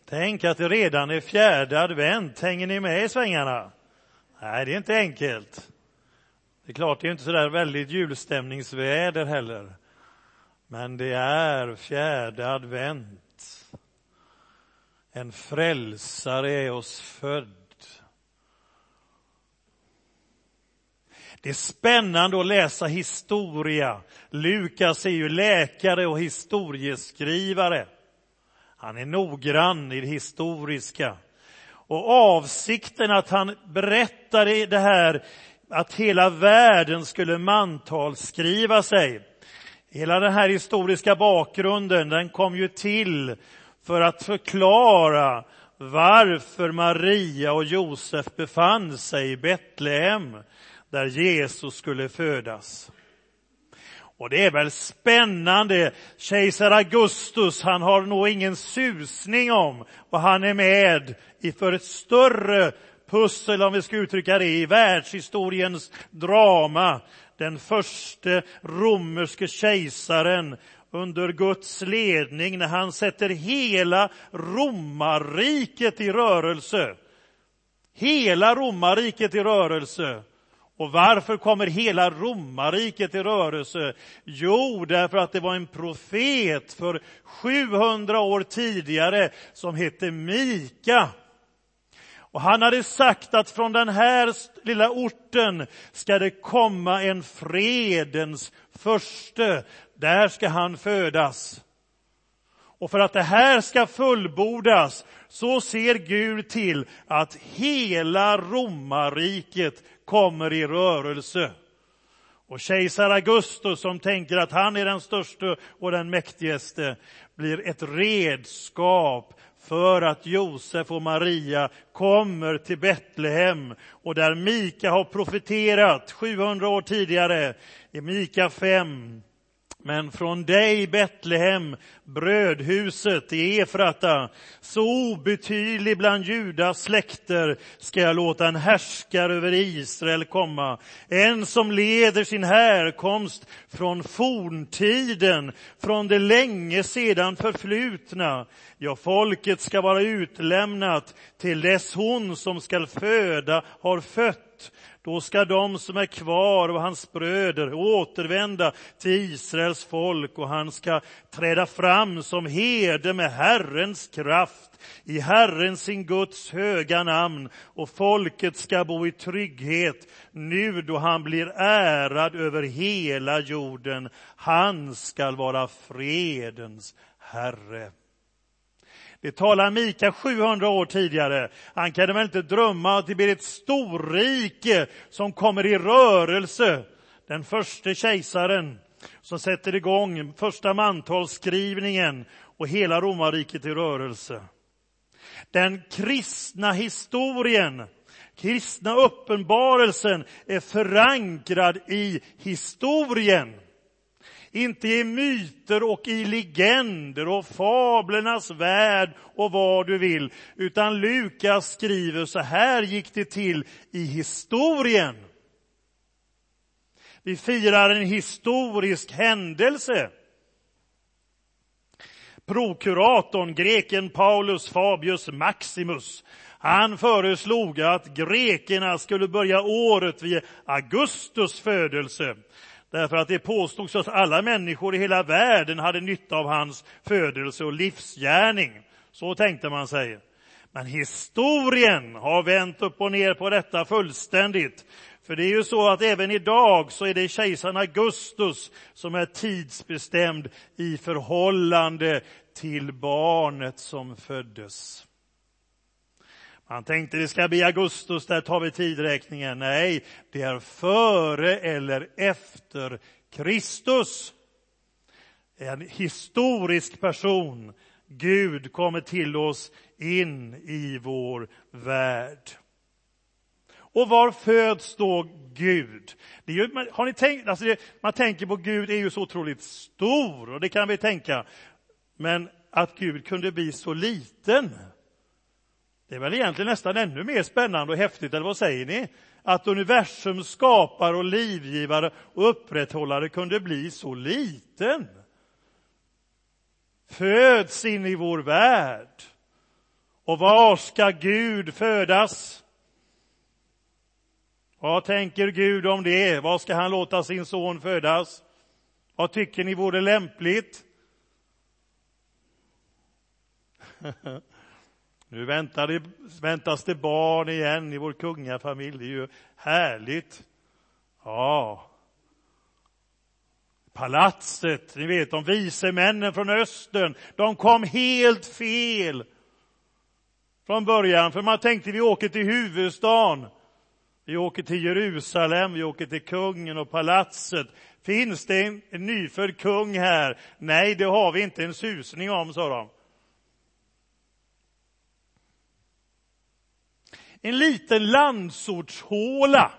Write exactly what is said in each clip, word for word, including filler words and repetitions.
Tänk att det redan är fjärde advent. Hänger ni med i svängarna? Nej, det är inte enkelt. Det är klart, det är inte så där väldigt julstämningsväder heller. Men det är fjärde advent. En frälsare är oss född. Det är spännande att läsa historia. Lukas är ju läkare och historieskrivare. Han är noggrann i det historiska. Och avsikten att han berättade det här, att hela världen skulle mantalsskriva sig. Hela den här historiska bakgrunden, den kom ju till för att förklara varför Maria och Josef befann sig i Betlehem, där Jesus skulle födas. Och det är väl spännande. Kejsar Augustus, han har nog ingen susning om vad han är med i för ett större pussel, om vi ska uttrycka det, i världshistoriens drama. Den första romerske kejsaren under Guds ledning, när han sätter hela romarriket i rörelse. Hela romarriket i rörelse. Och varför kommer hela romarriket i rörelse? Jo, därför att det var en profet för sjuhundra år tidigare som hette Mika. Och han hade sagt att från den här lilla orten ska det komma en fredens förste. Där ska han födas. Och för att det här ska fullbordas så ser Gud till att hela romarriket kommer i rörelse. Och kejsar Augustus, som tänker att han är den största och den mäktigaste, blir ett redskap för att Josef och Maria kommer till Betlehem. Och där Mika har profeterat sjuhundra år tidigare i Mika fem. Men från dig, Betlehem, brödhuset i Efrata, så obetydlig bland Judas släkter, ska jag låta en härskare över Israel komma. En som leder sin härkomst från forntiden, från det länge sedan förflutna. Ja, folket ska vara utlämnat till dess hon som ska föda har fött. Då ska de som är kvar och hans bröder återvända till Israels folk, och han ska träda fram som herde med Herrens kraft, i Herren sin Guds höga namn, och folket ska bo i trygghet nu då han blir ärad över hela jorden. Han ska vara fredens Herre. Det talar Mika sjuhundra år tidigare. Han kan väl inte drömma att det blir ett storrike som kommer i rörelse. Den första kejsaren som sätter igång första mantalsskrivningen och hela romarriket i rörelse. Den kristna historien, kristna uppenbarelsen är förankrad i historien. Inte i myter och i legender och fablernas värld och vad du vill. Utan Lukas skriver: så här gick det till i historien. Vi firar en historisk händelse. Prokuratorn, greken Paulus Fabius Maximus, han föreslog att grekerna skulle börja året vid Augustus födelse. Därför att det påstods att alla människor i hela världen hade nytta av hans födelse och livsgärning. Så tänkte man sig. Men historien har vänt upp och ner på detta fullständigt. För det är ju så att även idag så är det kejsaren Augustus som är tidsbestämd i förhållande till barnet som föddes. Han tänkte det ska bli Augustus, där tar vi tidräkningen. Nej, det är före eller efter Kristus. En historisk person. Gud kommer till oss in i vår värld. Och var föds då Gud? Det är ju, har ni tänkt, alltså det, man tänker på Gud är ju så otroligt stor, och det kan vi tänka. Men att Gud kunde bli så liten, det är väl egentligen nästan ännu mer spännande och häftigt, eller vad säger ni? Att universum skapare och livgivare och upprätthållare kunde bli så liten. Föds in i vår värld. Och var ska Gud födas? Vad tänker Gud om det? Var ska han låta sin son födas? Vad tycker ni vore lämpligt? Nu väntar det, väntas det barn igen i vår kungafamilj. Det är ju härligt. Ja. Palatset, ni vet, de vise männen från östern, de kom helt fel från början. För man tänkte vi åker till huvudstaden. Vi åker till Jerusalem, vi åker till kungen och palatset. Finns det en, en nyfödd kung här? Nej, det har vi inte en susning om, sa de. En liten landsortshåla.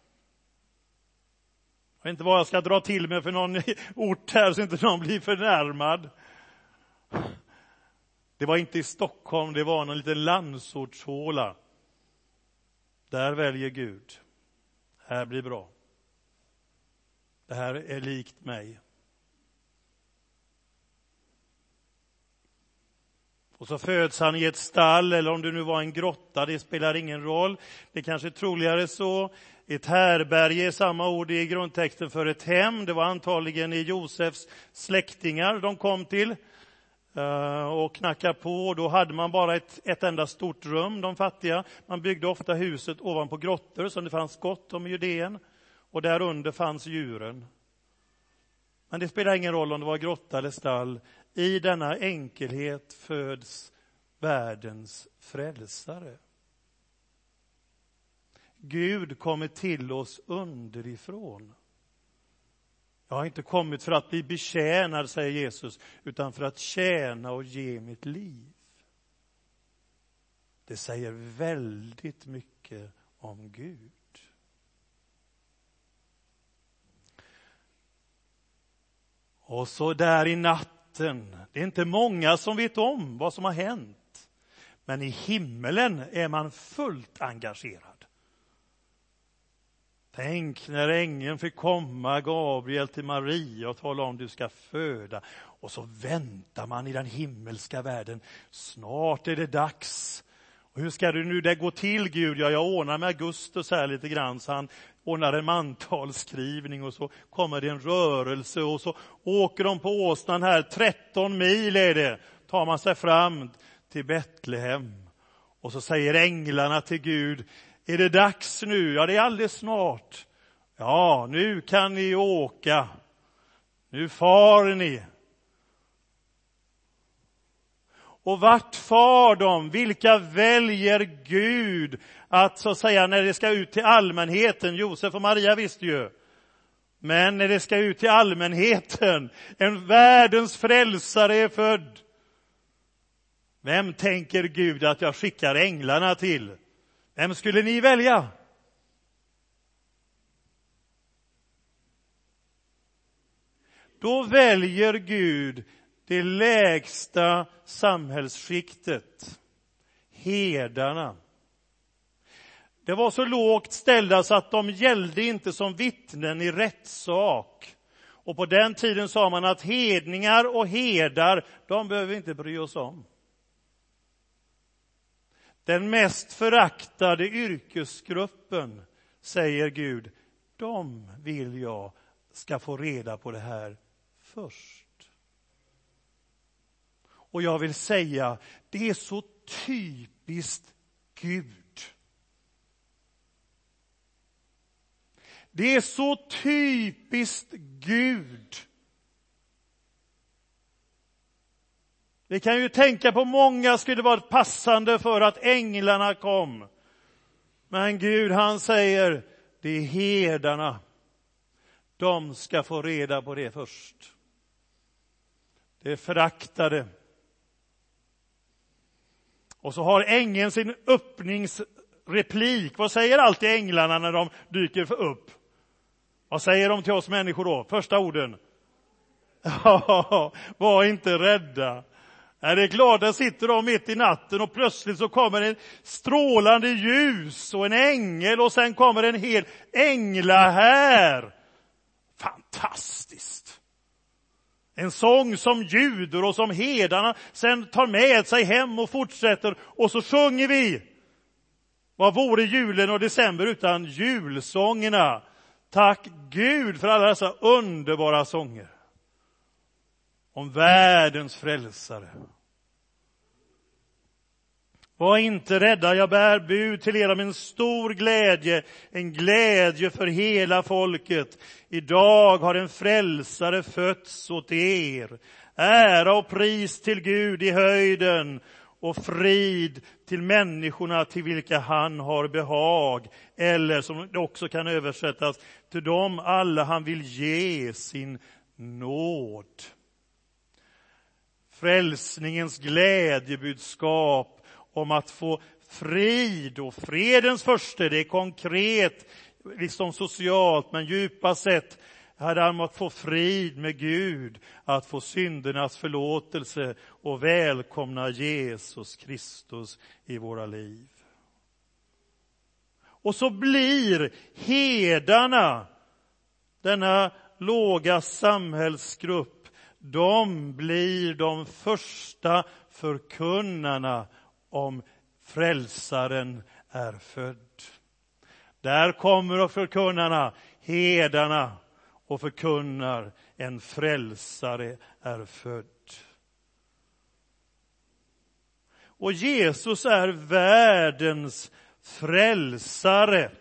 Jag vet inte vad jag ska dra till med för någon ort här så inte någon blir förnärmad. Det var inte i Stockholm, det var någon liten landsortshåla. Där väljer Gud. Det här blir bra. Det här är likt mig. Och så föds han i ett stall, eller om det nu var en grotta, det spelar ingen roll. Det kanske är troligare så. Ett härberge är samma ord i grundtexten för ett hem. Det var antagligen i Josefs släktingar de kom till och knackade på. Då hade man bara ett, ett enda stort rum, de fattiga. Man byggde ofta huset ovanpå grottor som det fanns gott om i Judeen. Och där under fanns djuren. Men det spelar ingen roll om det var grotta eller stall. I denna enkelhet föds världens frälsare. Gud kommer till oss underifrån. Jag har inte kommit för att bli betjänad, säger Jesus, utan för att tjäna och ge mitt liv. Det säger väldigt mycket om Gud. Och så där i natten, det är inte många som vet om vad som har hänt. Men i himmelen är man fullt engagerad. Tänk när ängeln fick komma, Gabriel, till Maria och tala om du ska föda. Och så väntar man i den himmelska världen. Snart är det dags. Och hur ska det nu det gå till, Gud? Ja, jag ordnar med Augustus här lite grann. Så han ordnar en mantalsskrivning och så kommer det en rörelse. Och så åker de på åsnan här, tretton mil är det. Tar man sig fram till Betlehem. Och så säger änglarna till Gud: är det dags nu? Ja, det är alldeles snart. Ja, nu kan ni åka. Nu far ni. Och vart far de? Vilka väljer Gud att så att säga när det ska ut till allmänheten? Josef och Maria visste ju. Men när det ska ut till allmänheten, en världens frälsare är född. Vem tänker Gud att jag skickar änglarna till? Vem skulle ni välja? Då väljer Gud det lägsta samhällsskiktet, herdarna. Det var så lågt ställda så att de gällde inte som vittnen i rättssak. Och på den tiden sa man att hedningar och herdar, de behöver vi inte bry oss om. Den mest föraktade yrkesgruppen, säger Gud, de vill jag ska få reda på det här först. Och jag vill säga, det är så typiskt Gud. Det är så typiskt Gud. Vi kan ju tänka på många skulle vara passande för att änglarna kom. Men Gud, han säger, det är herdarna. De ska få reda på det först. Det är föraktade. Och så har ängeln sin öppningsreplik. Vad säger alltid änglarna när de dyker upp? Vad säger de till oss människor då? Första orden. Ja, var inte rädda. Nej, det är klart, där sitter de mitt i natten och plötsligt så kommer en strålande ljus och en ängel och sen kommer en hel ängla här. Fantastiskt. En sång som juder och som hedarna sen tar med sig hem och fortsätter. Och så sjunger vi. Vad vore julen och december utan julsångerna? Tack Gud för alla dessa underbara sånger. Om världens frälsare. Var inte rädda, jag bär bud till er om en stor glädje, en glädje för hela folket. Idag har en frälsare fötts åt er. Ära och pris till Gud i höjden och frid till människorna till vilka han har behag. Eller som det också kan översättas, till dem alla han vill ge sin nåd. Frälsningens glädjebudskap om att få frid, och fredens första, det är konkret, liksom socialt, men djupast sett hade han att få frid med Gud, att få syndernas förlåtelse och välkomna Jesus Kristus i våra liv. Och så blir hedarna, denna låga samhällsgrupp, de blir de första förkunnarna om frälsaren är född. Där kommer förkunnarna, hedarna, och förkunnar en frälsare är född. Och Jesus är världens frälsare.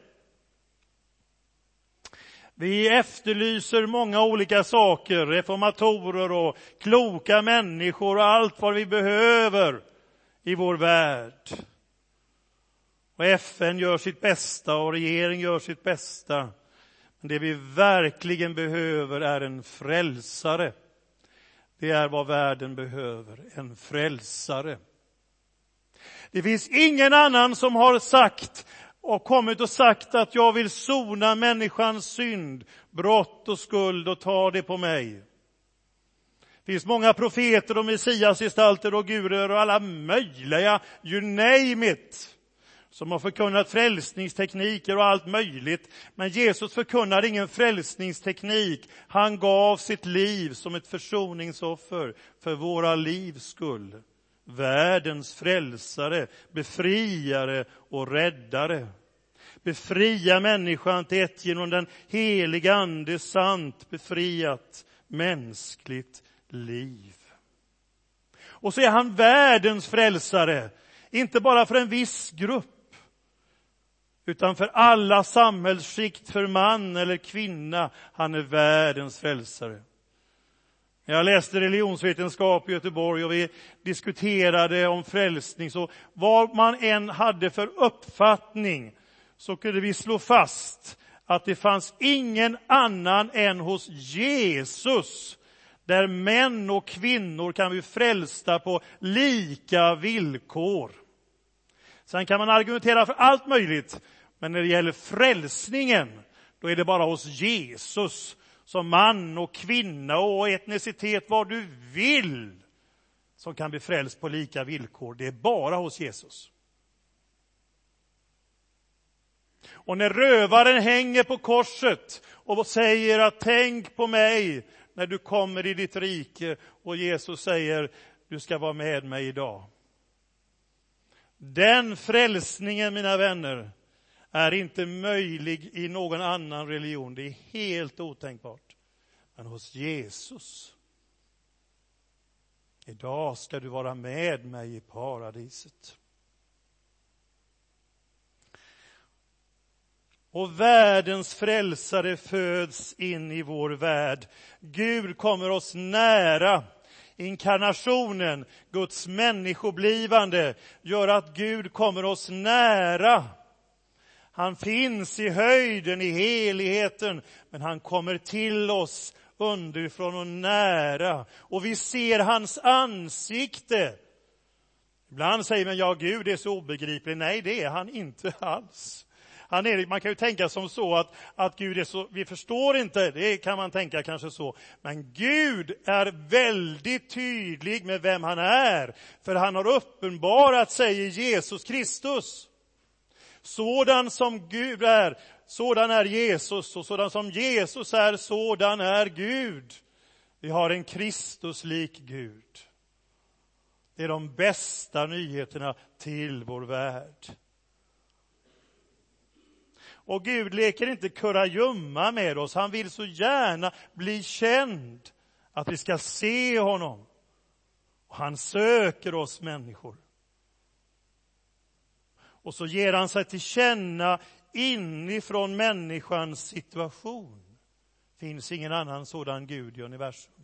Vi efterlyser många olika saker, reformatorer och kloka människor och allt vad vi behöver i vår värld. Och F N gör sitt bästa och regeringen gör sitt bästa. Men det vi verkligen behöver är en frälsare. Det är vad världen behöver, en frälsare. Det finns ingen annan som har sagt och kommit och sagt att jag vill sona människans synd, brott och skuld och ta det på mig. Det finns många profeter och messiasgestalter och gurer och alla möjliga, you name it, som har förkunnat frälsningstekniker och allt möjligt. Men Jesus förkunnar ingen frälsningsteknik. Han gav sitt liv som ett försoningsoffer för våra livs skull. Världens frälsare, befriare och räddare. Befria människan till ett genom den heliga ande sant befriat mänskligt liv. Och så är han världens frälsare, inte bara för en viss grupp, utan för alla samhällsskikt, för man eller kvinna. Han är världens frälsare. Jag läste religionsvetenskap i Göteborg och vi diskuterade om frälsning. Så vad man än hade för uppfattning så kunde vi slå fast att det fanns ingen annan än hos Jesus där män och kvinnor kan bli frälsta på lika villkor. Sen kan man argumentera för allt möjligt, men när det gäller frälsningen, då är det bara hos Jesus som man och kvinna och etnicitet, vad du vill, som kan bli frälst på lika villkor. Det är bara hos Jesus. Och när rövaren hänger på korset och säger att tänk på mig när du kommer i ditt rike, och Jesus säger du ska vara med mig idag. Den frälsningen, mina vänner, är inte möjlig i någon annan religion. Det är helt otänkbart. Men hos Jesus, idag ska du vara med mig i paradiset. Och världens frälsare föds in i vår värld. Gud kommer oss nära. Inkarnationen, Guds människoblivande, gör att Gud kommer oss nära. Han finns i höjden, i heligheten, men han kommer till oss underifrån och nära. Och vi ser hans ansikte. Ibland säger man, ja Gud är så obegriplig. Nej, det är han inte alls. Han är, man kan ju tänka som så att, att Gud är så, vi förstår inte, det kan man tänka kanske så. Men Gud är väldigt tydlig med vem han är. För han har uppenbarat sig i Jesus Kristus. Sådan som Gud är, sådan är Jesus. Och sådan som Jesus är, sådan är Gud. Vi har en Kristuslik Gud. Det är de bästa nyheterna till vår värld. Och Gud leker inte kurragömma med oss. Han vill så gärna bli känd, att vi ska se honom. Och han söker oss människor. Och så ger han sig till känna inifrån människans situation. Finns ingen annan sådan Gud i universum.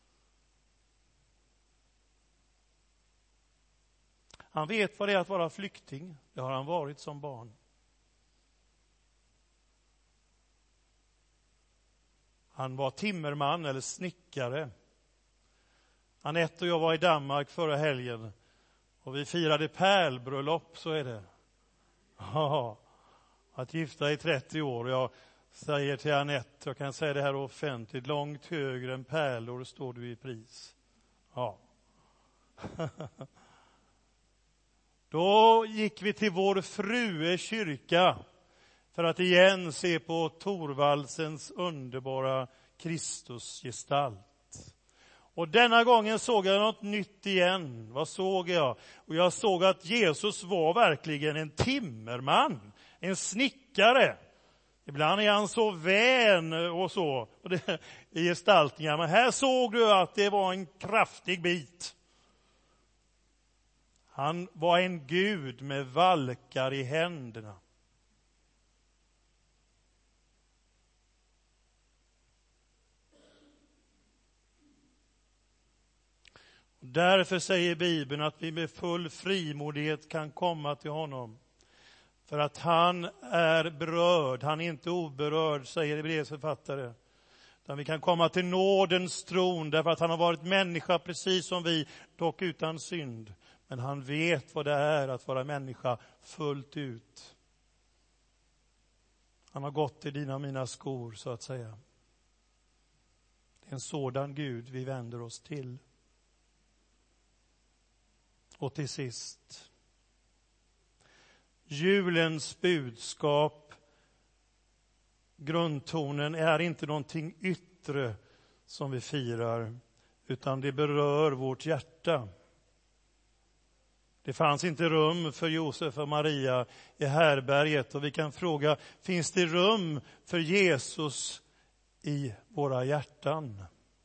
Han vet vad det är att vara flykting. Det har han varit som barn. Han var timmerman eller snickare. Anette och jag var i Danmark förra helgen. Och vi firade pärlbröllop, så är det. Ja, att gifta i trettio år. Jag säger till Anette, jag kan säga det här offentligt, långt högre än pärlor står du i pris. Ja. Då gick vi till vår frue kyrka för att igen se på Thorvaldsens underbara Kristusgestalt. Och denna gången såg jag något nytt igen. Vad såg jag? Och jag såg att Jesus var verkligen en timmerman, en snickare. Ibland är han så vän och så och det, i gestaltningar. Men här såg du att det var en kraftig bit. Han var en Gud med valkar i händerna. Därför säger Bibeln att vi med full frimodighet kan komma till honom. För att han är berörd, han är inte oberörd, säger Hebreerbrevets författare. Utan vi kan komma till nådens tron därför att han har varit människa precis som vi, dock utan synd. Men han vet vad det är att vara människa fullt ut. Han har gått i dina och mina skor, så att säga. Det är en sådan Gud vi vänder oss till. Och till sist, julens budskap, grundtonen är inte någonting yttre som vi firar, utan det berör vårt hjärta. Det fanns inte rum för Josef och Maria i härberget, och vi kan fråga, finns det rum för Jesus i våra hjärtan?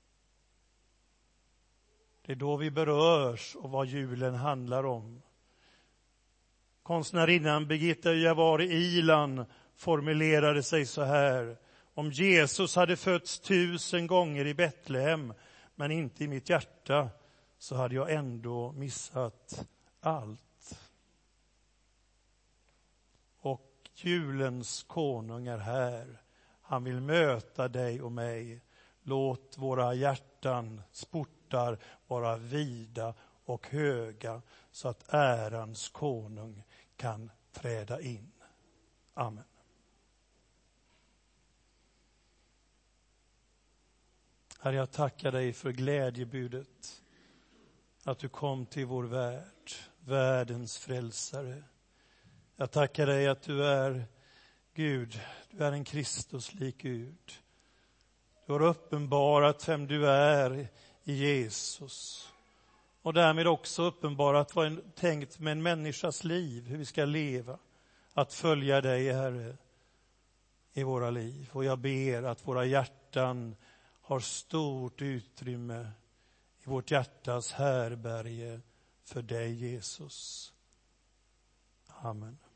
Det är då vi berörs av vad julen handlar om. Konstnärinnan Birgitta Javari Ilan formulerade sig så här: om Jesus hade fötts tusen gånger i Betlehem men inte i mitt hjärta, så hade jag ändå missat allt. Och julens konung är här. Han vill möta dig och mig. Låt våra hjärtan sportar vara vida och höga, så att ärans konung kan träda in. Amen. Herre, jag tackar dig för glädjebudet. Att du kom till vår värld, världens frälsare. Jag tackar dig att du är Gud, du är en Kristuslik Gud. Du har uppenbarat vem du är i Jesus. Och därmed också uppenbarat vad är tänkt med en människas liv, hur vi ska leva. Att följa dig, Herre, i våra liv. Och jag ber att våra hjärtan har stort utrymme i vårt hjärtas härberge för dig, Jesus. Amen.